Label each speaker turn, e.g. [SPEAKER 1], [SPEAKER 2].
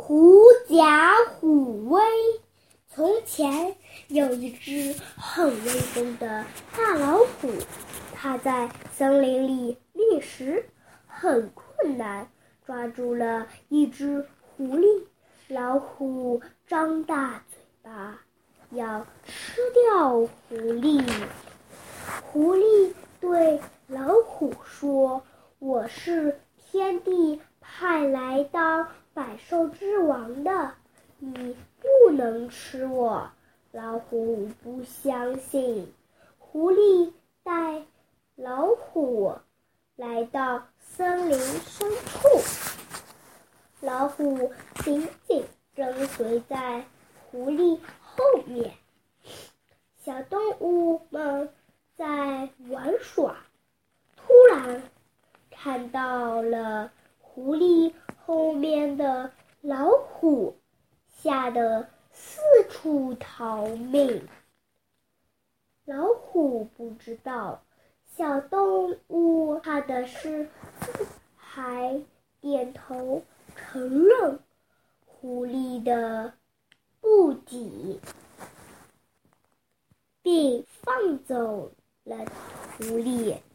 [SPEAKER 1] 狐假虎威。从前有一只很威风的大老虎，它在森林里觅食很困难，抓住了一只狐狸。老虎张大嘴巴要吃掉狐狸。狐狸对老虎说：我是天帝派来当百兽之王的，你不能吃我。老虎不相信。狐狸带老虎来到森林深处，老虎紧紧跟随在狐狸后面。小动物们在玩耍，突然看到了狐狸后面的老虎，吓得四处逃命。老虎不知道小动物怕的是，还点头承认狐狸的不敌，并放走了狐狸。